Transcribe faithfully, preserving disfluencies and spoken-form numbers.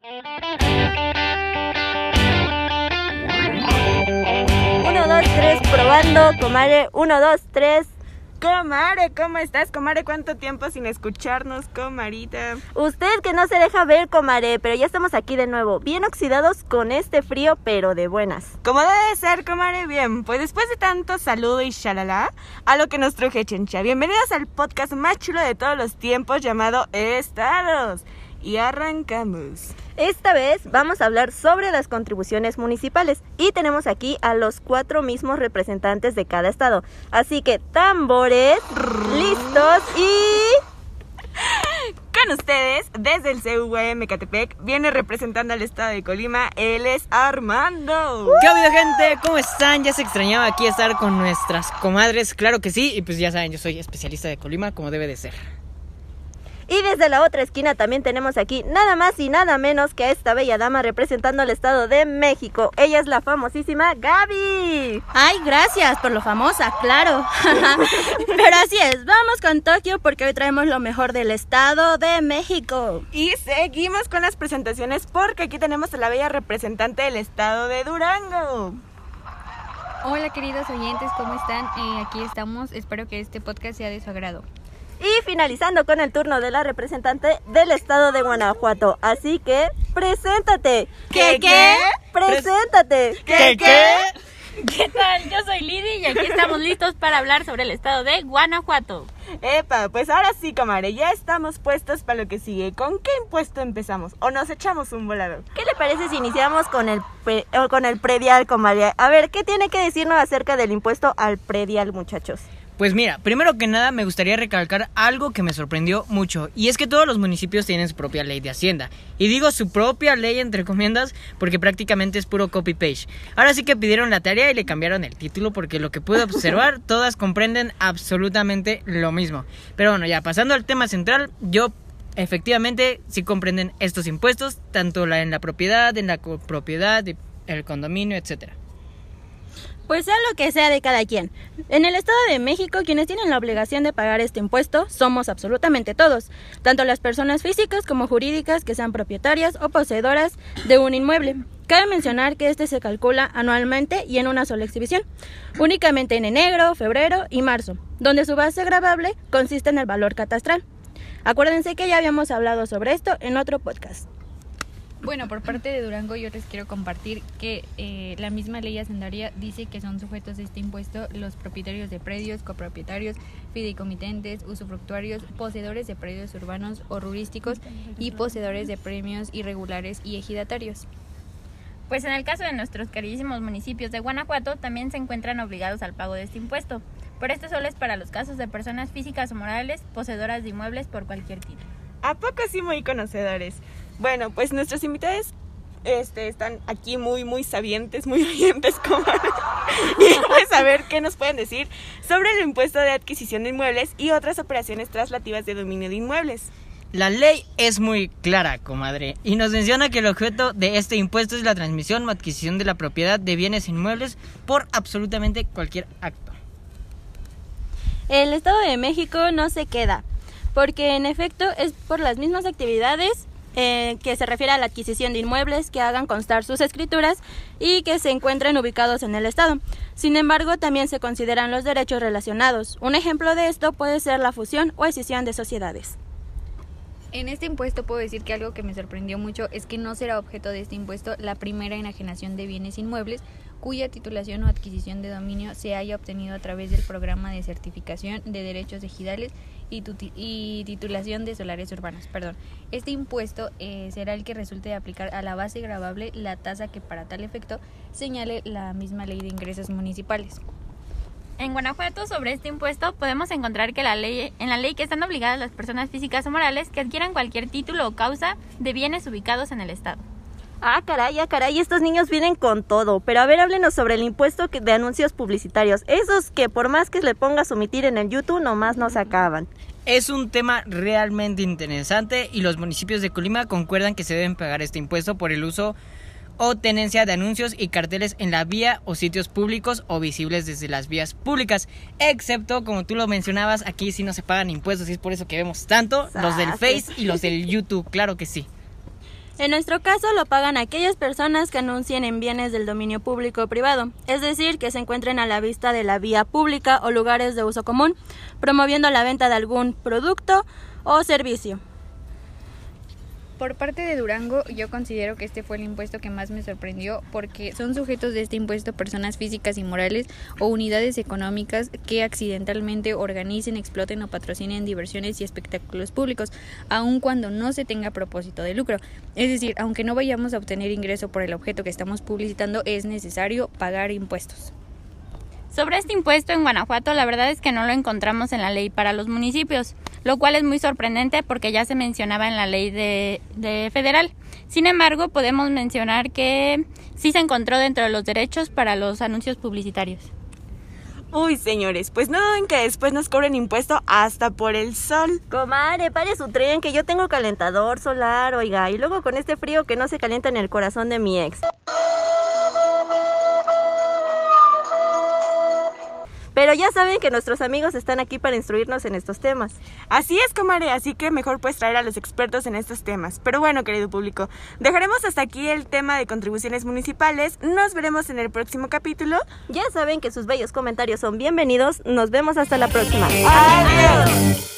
Uno, dos, tres, probando, comadre. Uno, dos, tres. Comadre, ¿cómo estás, comadre? ¿Cuánto tiempo sin escucharnos, comarita? Usted que no se deja ver, comadre, pero ya estamos aquí de nuevo, bien oxidados con este frío, pero de buenas. Como debe ser, comadre. Bien, pues después de tanto saludo y shalala, a lo que nos truje Chencha. Bienvenidos al podcast más chulo de todos los tiempos llamado Estados. Y arrancamos. Esta vez vamos a hablar sobre las contribuciones municipales y tenemos aquí a los cuatro mismos representantes de cada estado. Así que tambores, listos y... Con ustedes, desde el C U E Mecatepec, viene representando al estado de Colima, él es Armando. ¿Qué ha habido, gente? ¿Cómo están? Ya se extrañaba aquí estar con nuestras comadres, claro que sí, y pues ya saben, yo soy especialista de Colima, como debe de ser. Y desde la otra esquina también tenemos aquí nada más y nada menos que a esta bella dama representando al Estado de México. Ella es la famosísima Gaby. Ay, gracias por lo famosa, claro. Pero así es, vamos con Tokio porque hoy traemos lo mejor del Estado de México. Y seguimos con las presentaciones porque aquí tenemos a la bella representante del estado de Durango. Hola queridos oyentes, ¿cómo están? Eh, aquí estamos, espero que este podcast sea de su agrado. Y finalizando con el turno de la representante del estado de Guanajuato. Así que, preséntate. ¿Qué, qué? Preséntate. ¿Qué, qué? ¿Qué tal? Yo soy Lidy y aquí estamos listos para hablar sobre el estado de Guanajuato. Epa, pues ahora sí, comadre, ya estamos puestos para lo que sigue. ¿Con qué impuesto empezamos? ¿O nos echamos un volado? ¿Qué le parece si iniciamos con el, pre, o con el predial, comadre? A ver, ¿qué tiene que decirnos acerca del impuesto al predial, muchachos? Pues mira, primero que nada me gustaría recalcar algo que me sorprendió mucho, y es que todos los municipios tienen su propia ley de hacienda, y digo su propia ley entre comiendas porque prácticamente es puro copy-paste. Ahora sí que pidieron la tarea y le cambiaron el título porque lo que pude observar, todas comprenden absolutamente lo mismo. Pero bueno, ya pasando al tema central, yo efectivamente sí comprenden estos impuestos, tanto la, en la propiedad, en la copropiedad, el condominio, etcétera. Pues sea lo que sea de cada quien. En el Estado de México, quienes tienen la obligación de pagar este impuesto somos absolutamente todos, tanto las personas físicas como jurídicas que sean propietarias o poseedoras de un inmueble. Cabe mencionar que este se calcula anualmente y en una sola exhibición, únicamente en enero, febrero y marzo, donde su base gravable consiste en el valor catastral. Acuérdense que ya habíamos hablado sobre esto en otro podcast. Bueno, por parte de Durango yo les quiero compartir que eh, la misma ley hacendaria dice que son sujetos de este impuesto los propietarios de predios, copropietarios, fideicomitentes, usufructuarios, poseedores de predios urbanos o rurísticos y poseedores de premios irregulares y ejidatarios. Pues en el caso de nuestros queridísimos municipios de Guanajuato también se encuentran obligados al pago de este impuesto, pero esto solo es para los casos de personas físicas o morales poseedoras de inmuebles por cualquier título. ¿A poco sí muy conocedores? Bueno, pues nuestros invitados este, están aquí muy, muy sabientes, muy oyentes, comadre. Y pues a ver qué nos pueden decir sobre el impuesto de adquisición de inmuebles y otras operaciones traslativas de dominio de inmuebles. La ley es muy clara, comadre, y nos menciona que el objeto de este impuesto es la transmisión o adquisición de la propiedad de bienes inmuebles por absolutamente cualquier acto. El Estado de México no se queda, porque en efecto es por las mismas actividades eh, que se refiere a la adquisición de inmuebles que hagan constar sus escrituras y que se encuentren ubicados en el Estado. Sin embargo, también se consideran los derechos relacionados. Un ejemplo de esto puede ser la fusión o escisión de sociedades. En este impuesto puedo decir que algo que me sorprendió mucho es que no será objeto de este impuesto la primera enajenación de bienes inmuebles cuya titulación o adquisición de dominio se haya obtenido a través del programa de certificación de derechos ejidales y, tuti- y titulación de solares urbanos. Perdón. Este impuesto eh, será el que resulte de aplicar a la base gravable la tasa que para tal efecto señale la misma ley de ingresos municipales. En Guanajuato, sobre este impuesto, podemos encontrar que la ley, en la ley que están obligadas las personas físicas o morales que adquieran cualquier título o causa de bienes ubicados en el Estado. Ah, caray, ah, caray, estos niños vienen con todo. Pero a ver, háblenos sobre el impuesto que- de anuncios publicitarios. Esos que por más que le pongas omitir en el YouTube, nomás no se acaban. Es un tema realmente interesante y los municipios de Colima concuerdan que se deben pagar este impuesto por el uso o tenencia de anuncios y carteles en la vía o sitios públicos o visibles desde las vías públicas, excepto, como tú lo mencionabas, aquí sí no se pagan impuestos y es por eso que vemos tanto los del Face y los del YouTube, claro que sí. En nuestro caso lo pagan aquellas personas que anuncien en bienes del dominio público o privado, es decir, que se encuentren a la vista de la vía pública o lugares de uso común, promoviendo la venta de algún producto o servicio. Por parte de Durango, yo considero que este fue el impuesto que más me sorprendió porque son sujetos de este impuesto personas físicas y morales o unidades económicas que accidentalmente organicen, exploten o patrocinen diversiones y espectáculos públicos, aun cuando no se tenga propósito de lucro. Es decir, aunque no vayamos a obtener ingreso por el objeto que estamos publicitando, es necesario pagar impuestos. Sobre este impuesto en Guanajuato, la verdad es que no lo encontramos en la ley para los municipios, lo cual es muy sorprendente porque ya se mencionaba en la ley de, de federal. Sin embargo, podemos mencionar que sí se encontró dentro de los derechos para los anuncios publicitarios. Uy, señores, pues no duden que después nos cobren impuesto hasta por el sol. Comadre, pare su tren, que yo tengo calentador solar, oiga, y luego con este frío que no se calienta en el corazón de mi ex. Pero ya saben que nuestros amigos están aquí para instruirnos en estos temas. Así es, comadre, así que mejor puedes traer a los expertos en estos temas. Pero bueno, querido público, dejaremos hasta aquí el tema de contribuciones municipales. Nos veremos en el próximo capítulo. Ya saben que sus bellos comentarios son bienvenidos. Nos vemos hasta la próxima. ¡Adiós!